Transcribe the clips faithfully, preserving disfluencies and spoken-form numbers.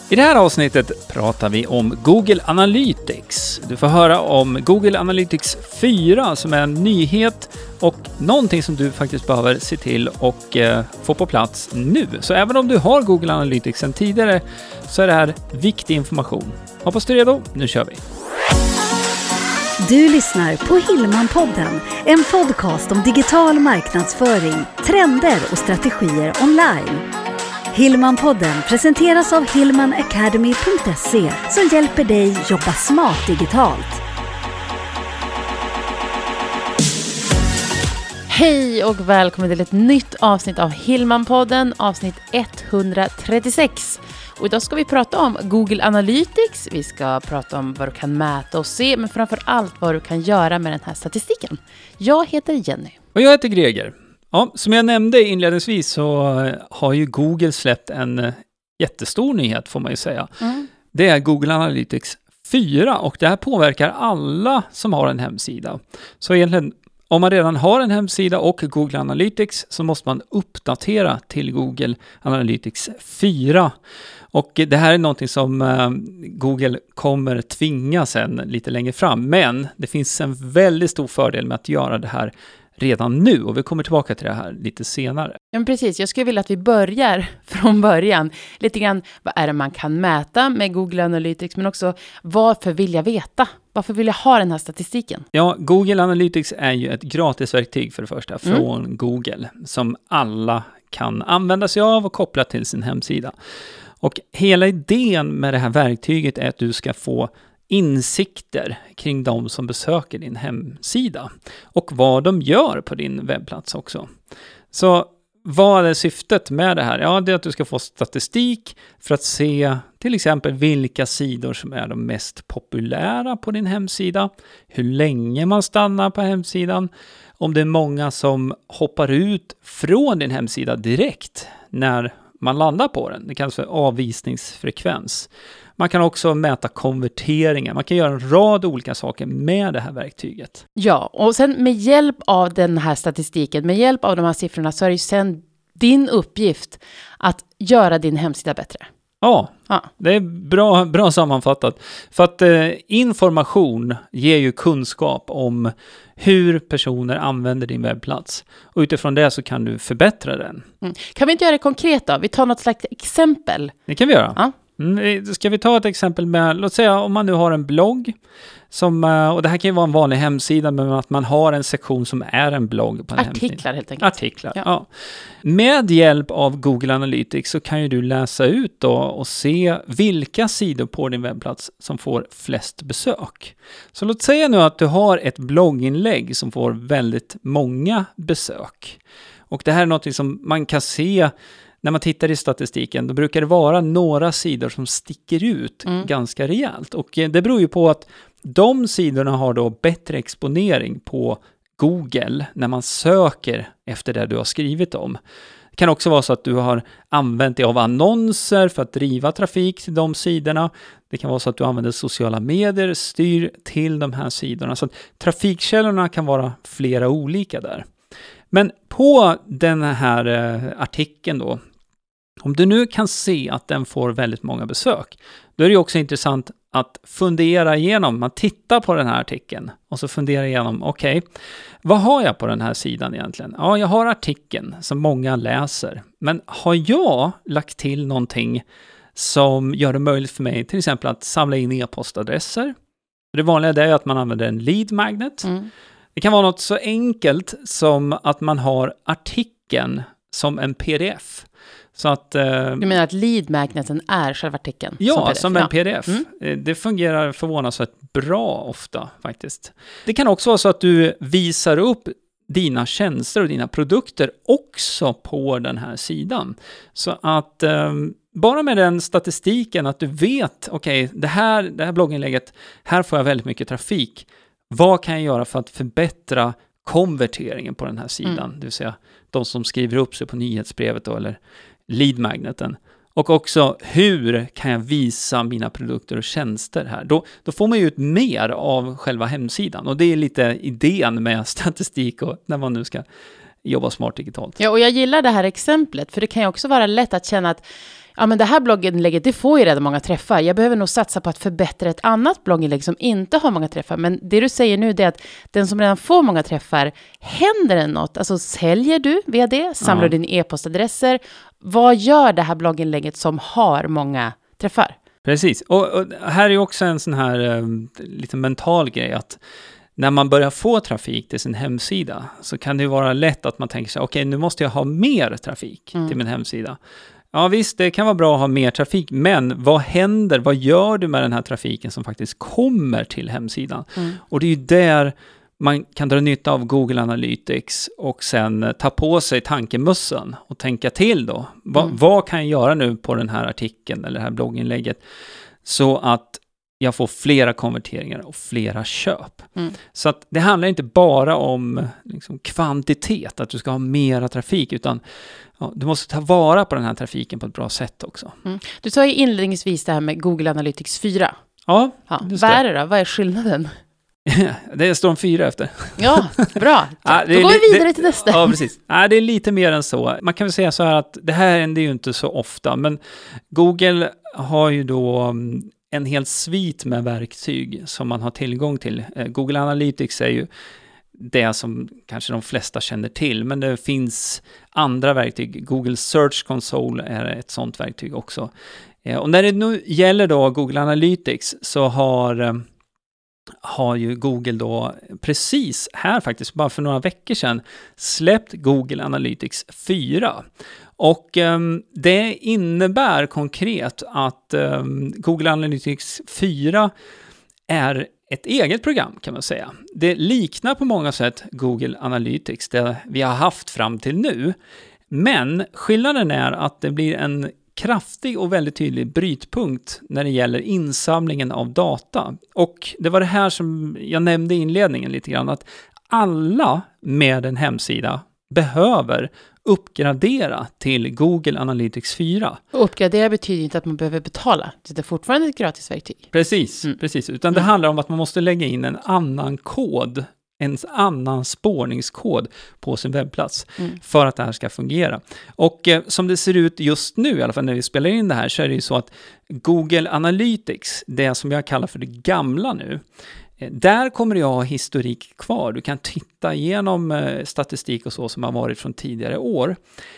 I det här avsnittet pratar vi om Google Analytics. Du får höra om Google Analytics fyra som är en nyhet och någonting som du faktiskt behöver se till och eh, få på plats nu. Så även om du har Google Analytics sedan tidigare så är det här viktig information. Hoppas du är redo, nu kör vi! Du lyssnar på Hillman-podden, en podcast om digital marknadsföring, trender och strategier online. Hillman-podden presenteras av hillman academy punkt se som hjälper dig jobba smart digitalt. Hej och välkommen till ett nytt avsnitt av Hillman-podden, avsnitt etthundratrettiosex. Och idag ska vi prata om Google Analytics, vi ska prata om vad du kan mäta och se, men framför allt vad du kan göra med den här statistiken. Jag heter Jenny. Och jag heter Greger. Ja, som jag nämnde inledningsvis så har ju Google släppt en jättestor nyhet får man ju säga. Mm. Det är Google Analytics fyra och det här påverkar alla som har en hemsida. Så egentligen om man redan har en hemsida och Google Analytics så måste man uppdatera till Google Analytics fyra. Och det här är någonting som eh, Google kommer tvinga sen lite längre fram. Men det finns en väldigt stor fördel med att göra det här redan nu och vi kommer tillbaka till det här lite senare. Ja, men precis. Jag skulle vilja att vi börjar från början. Lite grann, vad är det man kan mäta med Google Analytics, men också varför vill jag veta? Varför vill jag ha den här statistiken? Ja, Google Analytics är ju ett gratisverktyg för det första från mm. Google som alla kan använda sig av och koppla till sin hemsida. Och hela idén med det här verktyget är att du ska få insikter kring de som besöker din hemsida och vad de gör på din webbplats också. Så vad är syftet med det här? Ja, det är att du ska få statistik för att se till exempel vilka sidor som är de mest populära på din hemsida, hur länge man stannar på hemsidan, om det är många som hoppar ut från din hemsida direkt när man landar på den. Det kallas för avvisningsfrekvens. Man kan också mäta konverteringar. Man kan göra en rad olika saker med det här verktyget. Ja, och sen med hjälp av den här statistiken, med hjälp av de här siffrorna så är det ju sen din uppgift att göra din hemsida bättre. Ja, ja. Det är bra, bra sammanfattat. För att eh, information ger ju kunskap om hur personer använder din webbplats. Och utifrån det så kan du förbättra den. Mm. Kan vi inte göra det konkret då? Vi tar något slags exempel. Det kan vi göra. Ja. Mm, ska vi ta ett exempel med, låt säga om man nu har en blogg som, och det här kan ju vara en vanlig hemsida men att man har en sektion som är en blogg på en Artiklar hemsida. helt enkelt. Artiklar, ja. ja. Med hjälp av Google Analytics så kan ju du läsa ut då och se vilka sidor på din webbplats som får flest besök. Så låt säga nu att du har ett blogginlägg som får väldigt många besök. Och det här är något som man kan se när man tittar i statistiken, då brukar det vara några sidor som sticker ut mm. ganska rejält. Och det beror ju på att de sidorna har då bättre exponering på Google när man söker efter det du har skrivit om. Det kan också vara så att du har använt dig av annonser för att driva trafik till de sidorna. Det kan vara så att du använder sociala medier, styr till de här sidorna. Så att trafikkällorna kan vara flera olika där. Men på den här eh, artikeln då, om du nu kan se att den får väldigt många besök, då är det också intressant att fundera igenom, man tittar på den här artikeln och så fundera igenom, okej, okay, vad har jag på den här sidan egentligen? Ja, jag har artikeln som många läser, men har jag lagt till någonting som gör det möjligt för mig till exempel att samla in e-postadresser? Det vanliga är att man använder en lead magnet. Mm. Det kan vara något så enkelt som att man har artikeln som en pdf. Så att, eh, du menar att lead-magneten är själva artikeln? Ja, som, som en pdf. Mm. Det fungerar förvånansvärt bra ofta faktiskt. Det kan också vara så att du visar upp dina tjänster och dina produkter också på den här sidan. Så att eh, bara med den statistiken att du vet, okej, okay, det här, det här blogginlägget, här får jag väldigt mycket trafik. Vad kan jag göra för att förbättra konverteringen på den här sidan? Mm. Det vill säga de som skriver upp sig på nyhetsbrevet då, eller lead-magneten. Och också hur kan jag visa mina produkter och tjänster här? Då, då får man ju ut mer av själva hemsidan. Och det är lite idén med statistik och när man nu ska jobba smart digitalt. Ja, och jag gillar det här exemplet, för det kan ju också vara lätt att känna att ja, men det här blogginlägget, det får ju redan många träffar. Jag behöver nog satsa på att förbättra ett annat blogginlägg som inte har många träffar. Men det du säger nu är att den som redan får många träffar, händer det något? Alltså säljer du via det? Samlar Ja. du dina e-postadresser? Vad gör det här blogginlägget som har många träffar? Precis. Och, och här är också en sån här eh, lite mental grej att när man börjar få trafik till sin hemsida så kan det ju vara lätt att man tänker sig, okej, okay, nu måste jag ha mer trafik mm. till min hemsida. Ja visst, det kan vara bra att ha mer trafik, men vad händer, vad gör du med den här trafiken som faktiskt kommer till hemsidan? Mm. Och det är ju där man kan dra nytta av Google Analytics och sen ta på sig tankemössan och tänka till då. Va, mm. Vad kan jag göra nu på den här artikeln eller det här blogginlägget så att jag får flera konverteringar och flera köp. Mm. Så att det handlar inte bara om liksom, kvantitet, att du ska ha mera trafik, utan ja, du måste ta vara på den här trafiken på ett bra sätt också. Mm. Du sa ju inledningsvis det här med Google Analytics fyra. Ja, ja. Vad är det då? Vad är skillnaden? Det står en fyra efter. Ja, bra. Ja, då går vi vidare li- till nästa. Ja, precis. Ja, det är lite mer än så. Man kan väl säga så här att det här händer ju inte så ofta, men Google har ju då en hel svit med verktyg som man har tillgång till. Google Analytics är ju det som kanske de flesta känner till, men det finns andra verktyg. Google Search Console är ett sådant verktyg också. Och när det nu gäller då Google Analytics så har, har ju Google då precis här faktiskt, bara för några veckor sedan, släppt Google Analytics fyra. Och um, det innebär konkret att um, Google Analytics fyra är ett eget program kan man säga. Det liknar på många sätt Google Analytics, det vi har haft fram till nu. Men skillnaden är att det blir en kraftig och väldigt tydlig brytpunkt när det gäller insamlingen av data. Och det var det här som jag nämnde i inledningen lite grann, att alla med en hemsida behöver uppgradera till Google Analytics fyra. Och uppgradera betyder inte att man behöver betala. Det är fortfarande ett gratisverktyg. Precis, mm. precis. Utan det mm. handlar om att man måste lägga in en annan kod, en annan spårningskod på sin webbplats mm. för att det här ska fungera. Och eh, som det ser ut just nu, i alla fall när vi spelar in det här, så är det ju så att Google Analytics, det som jag kallar för det gamla nu, där kommer jag ha historik kvar. Du kan titta igenom statistik och så som har varit från tidigare år.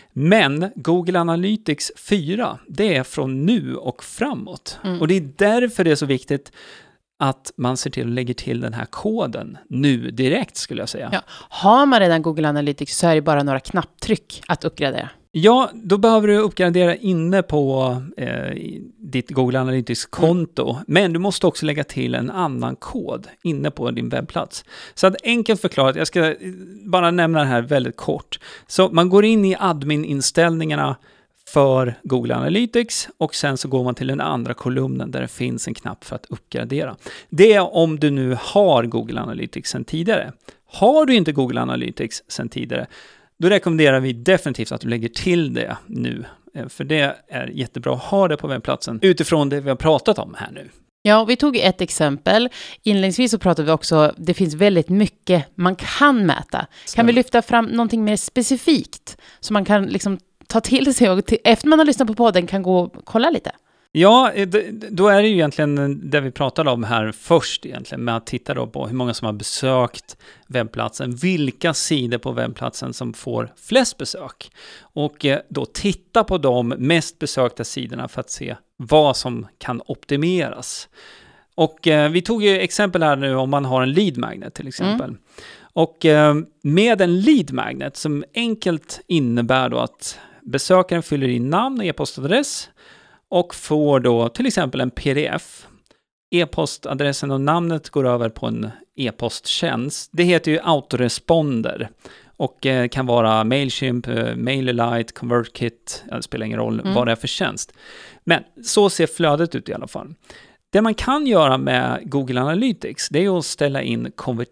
Men Google Analytics fyra, det är från nu och framåt. Mm. Och det är därför det är så viktigt att man ser till att lägga till den här koden nu direkt, skulle jag säga. Ja. Har man redan Google Analytics så är det bara några knapptryck att uppgradera. Ja, då behöver du uppgradera inne på eh, ditt Google Analytics-konto. Mm. Men du måste också lägga till en annan kod inne på din webbplats. Så att enkelt förklarat, jag ska bara nämna det här väldigt kort. Så man går in i admin-inställningarna för Google Analytics och sen så går man till den andra kolumnen där det finns en knapp för att uppgradera. Det är om du nu har Google Analytics sedan tidigare. Har du inte Google Analytics sedan tidigare, då rekommenderar vi definitivt att du lägger till det nu. För det är jättebra att ha det på webbplatsen utifrån det vi har pratat om här nu. Ja, vi tog ett exempel. Inledningsvis så pratade vi också, det finns väldigt mycket man kan mäta. Så. Kan vi lyfta fram någonting mer specifikt så man kan liksom ta till sig och till, efter man har lyssnat på podden kan gå och kolla lite? Ja, då är det ju egentligen det vi pratade om här först egentligen, med att titta då på hur många som har besökt webbplatsen, vilka sidor på webbplatsen som får flest besök och då titta på de mest besökta sidorna för att se vad som kan optimeras. Och eh, vi tog ju exempel här nu om man har en lead magnet till exempel. Mm. Och eh, med en lead magnet som enkelt innebär då att besökaren fyller in namn och e-postadress och får då till exempel en P D F. E-postadressen och namnet går över på en e-posttjänst. Det heter ju autoresponder och eh, kan vara Mailchimp, eh, MailerLite, ConvertKit, ja, det spelar ingen roll mm. vad det är för tjänst. Men så ser flödet ut i alla fall. Det man kan göra med Google Analytics, det är att ställa in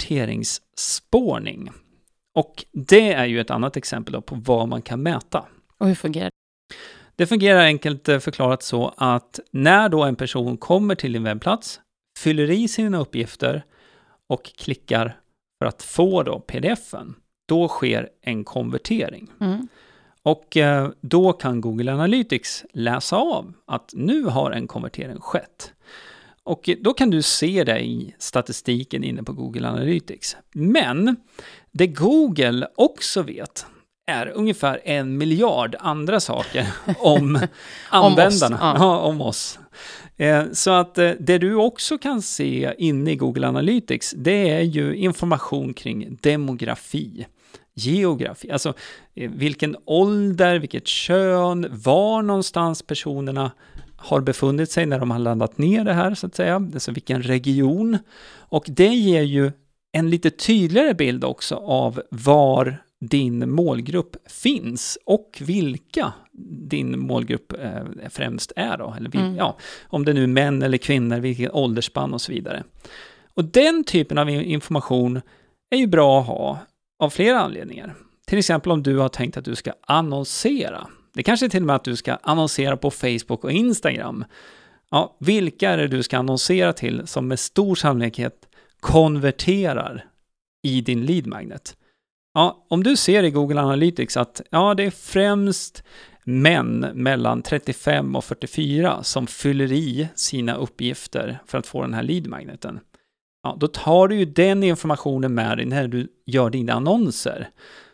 konverteringsspårning. Och det är ju ett annat exempel då på vad man kan mäta. Och hur fungerar det? Det fungerar enkelt förklarat så att när då en person kommer till din webbplats, fyller i sina uppgifter och klickar för att få då pdfen, då sker en konvertering. Mm. Och eh, då kan Google Analytics läsa av att nu har en konvertering skett. Och då kan du se det i statistiken inne på Google Analytics. Men det Google också vet är ungefär en miljard andra saker om användarna. Om oss. Ja. Ja, om oss. Eh, så att eh, det du också kan se inne i Google Analytics, det är ju information kring demografi, geografi, alltså eh, vilken ålder, vilket kön, var någonstans personerna har befunnit sig när de har landat ner det här så att säga, alltså vilken region. Och det ger ju en lite tydligare bild också av var din målgrupp finns och vilka din målgrupp eh, främst är då. Eller vil- Mm. ja, om det nu är män eller kvinnor, vilken åldersspann och så vidare. Och den typen av information är ju bra att ha av flera anledningar. Till exempel om du har tänkt att du ska annonsera. Det kanske är till och med att du ska annonsera på Facebook och Instagram. Ja, vilka är det du ska annonsera till som med stor sannolikhet konverterar i din lead magnet? Ja, om du ser i Google Analytics att ja, det är främst män mellan trettiofem och fyrtiofyra som fyller i sina uppgifter för att få den här lead magneten. Ja, då tar du ju den informationen med dig när du gör dina annonser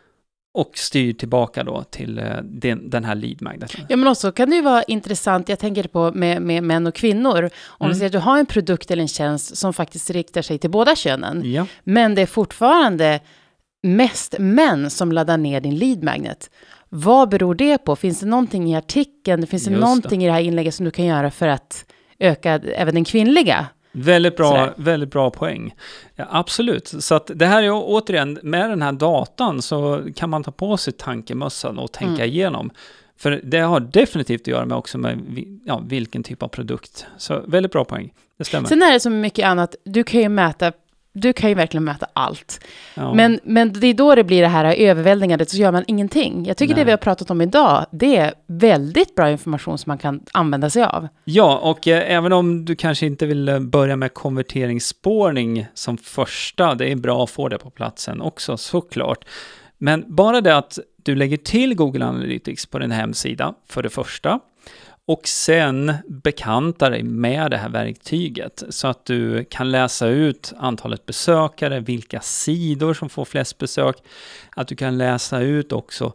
och styr tillbaka då till uh, den, den här lead magneten. Ja, men också kan det ju vara intressant, jag tänker på med, med män och kvinnor, om Mm. du säger att du har en produkt eller en tjänst som faktiskt riktar sig till båda könen, Ja. men det är fortfarande mest män som laddar ner din lead magnet. Vad beror det på? Finns det någonting i artikeln, finns det Just någonting det. i det här inlägget som du kan göra för att öka även den kvinnliga? Väldigt bra, Sådär. väldigt bra poäng. Ja, absolut. Så att det här är återigen, med den här datan så kan man ta på sig tankemössan och tänka Mm. igenom. För det har definitivt att göra med också med vi- ja, vilken typ av produkt. Så väldigt bra poäng. Det stämmer. Sen är det som mycket annat, du kan ju mäta, du kan ju verkligen mäta allt. Ja. Men, men det är då det blir det här överväldigandet, så gör man ingenting. Jag tycker Nej. det vi har pratat om idag, det är väldigt bra information som man kan använda sig av. Ja, och eh, även om du kanske inte vill eh, börja med konverteringsspårning som första, det är bra att få det på platsen också, såklart. Men bara det att du lägger till Google Analytics på din hemsida för det första, och sen bekantar dig med det här verktyget så att du kan läsa ut antalet besökare, vilka sidor som får flest besök, att du kan läsa ut också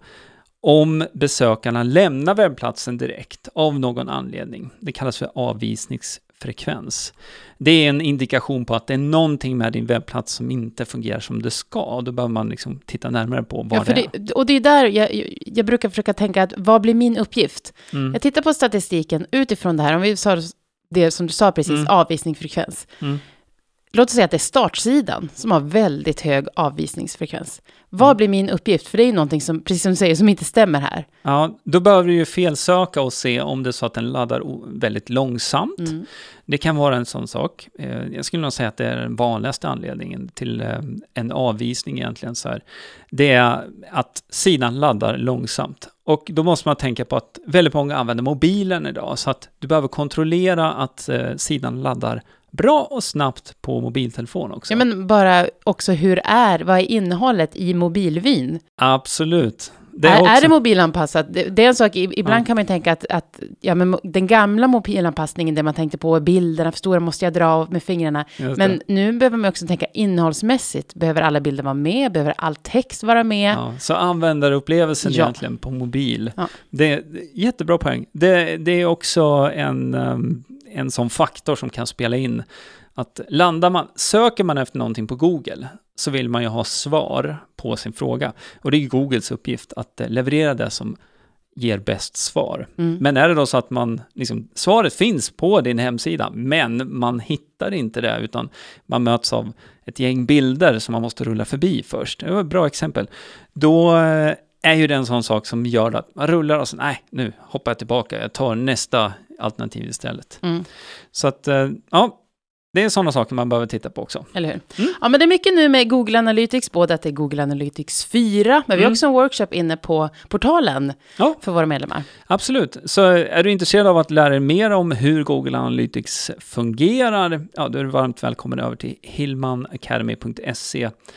om besökarna lämnar webbplatsen direkt av någon anledning. Det kallas för avvisningsfrekvens. Det är en indikation på att det är någonting med din webbplats som inte fungerar som det ska. Då behöver man liksom titta närmare på vad Ja, för det är. det, och det är där jag, jag brukar försöka tänka att vad blir min uppgift? Mm. Jag tittar på statistiken utifrån det här, om vi sa det som du sa precis, Mm. avvisningsfrekvens. Mm. Låt oss säga att det är startsidan som har väldigt hög avvisningsfrekvens. Vad Mm. blir min uppgift? För det är ju någonting som, precis som du säger, som inte stämmer här. Ja, då behöver du ju felsöka och se om det är så att den laddar o- väldigt långsamt. Mm. Det kan vara en sån sak. Eh, Jag skulle nog säga att det är den vanligaste anledningen till eh, en avvisning egentligen så här. Det är att sidan laddar långsamt. Och då måste man tänka på att väldigt många använder mobilen idag, så att du behöver kontrollera att eh, sidan laddar bra och snabbt på mobiltelefon också. Ja, men bara också hur är, vad är innehållet i mobilvyn? Absolut. Det är, är, är också, det mobilanpassat? Det, det är en sak, i- ibland Ja. kan man tänka att, att ja, men mo- den gamla mobilanpassningen, där man tänkte på bilderna, för stora måste jag dra av med fingrarna. Just Men det. nu behöver man också tänka innehållsmässigt. Behöver alla bilder vara med? Behöver all text vara med? Ja, så användarupplevelsen Ja. egentligen på mobil. Ja. Det, det jättebra poäng. Det, det är också en, um, en sån faktor som kan spela in. Att landar man, söker man efter någonting på Google så vill man ju ha svar på sin fråga. Och det är Googles uppgift att eh, leverera det som ger bäst svar. Mm. Men är det då så att man, liksom, svaret finns på din hemsida, men man hittar inte det, utan man möts av ett gäng bilder som man måste rulla förbi först. Det var ett bra exempel. Då eh, är ju det en sån sak som gör att man rullar och så, nej, nu hoppar jag tillbaka, jag tar nästa alternativ istället. Mm. Så att, eh, ja, det är sådana saker man behöver titta på också. Eller hur? Mm. Ja, men det är mycket nu med Google Analytics, både att det är Google Analytics fyra, men vi har Mm. också en workshop inne på portalen Ja. för våra medlemmar. Absolut. Så är du intresserad av att lära dig mer om hur Google Analytics fungerar, ja, då är du varmt välkommen över till hillman academy punkt se.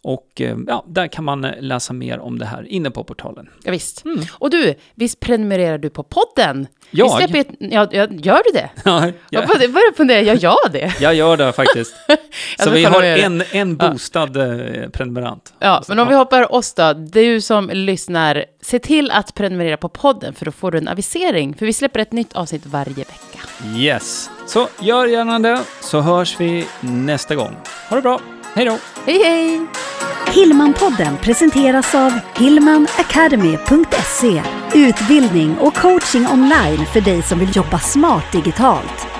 Och eh, ja, där kan man läsa mer om det här inne på portalen. Ja, visst. Mm. Och du, visst prenumererar du på podden? Jag? Vi släpper ett, ja, ja, gör du det? Ja, Jag ja. börjar fundera, jag gör det. Jag gör det faktiskt. Så ska vi kolla har med det. en, en boostad eh, prenumerant. Ja, Så, men om vi hoppar oss då, du som lyssnar, se till att prenumerera på podden för då får du en avisering. För vi släpper ett nytt avsnitt varje vecka. Yes. Så gör gärna det, så hörs vi nästa gång. Ha det bra. Hej då. Hej hej! Hillman-podden presenteras av hillman academy punkt se. Utbildning och coaching online för dig som vill jobba smart digitalt.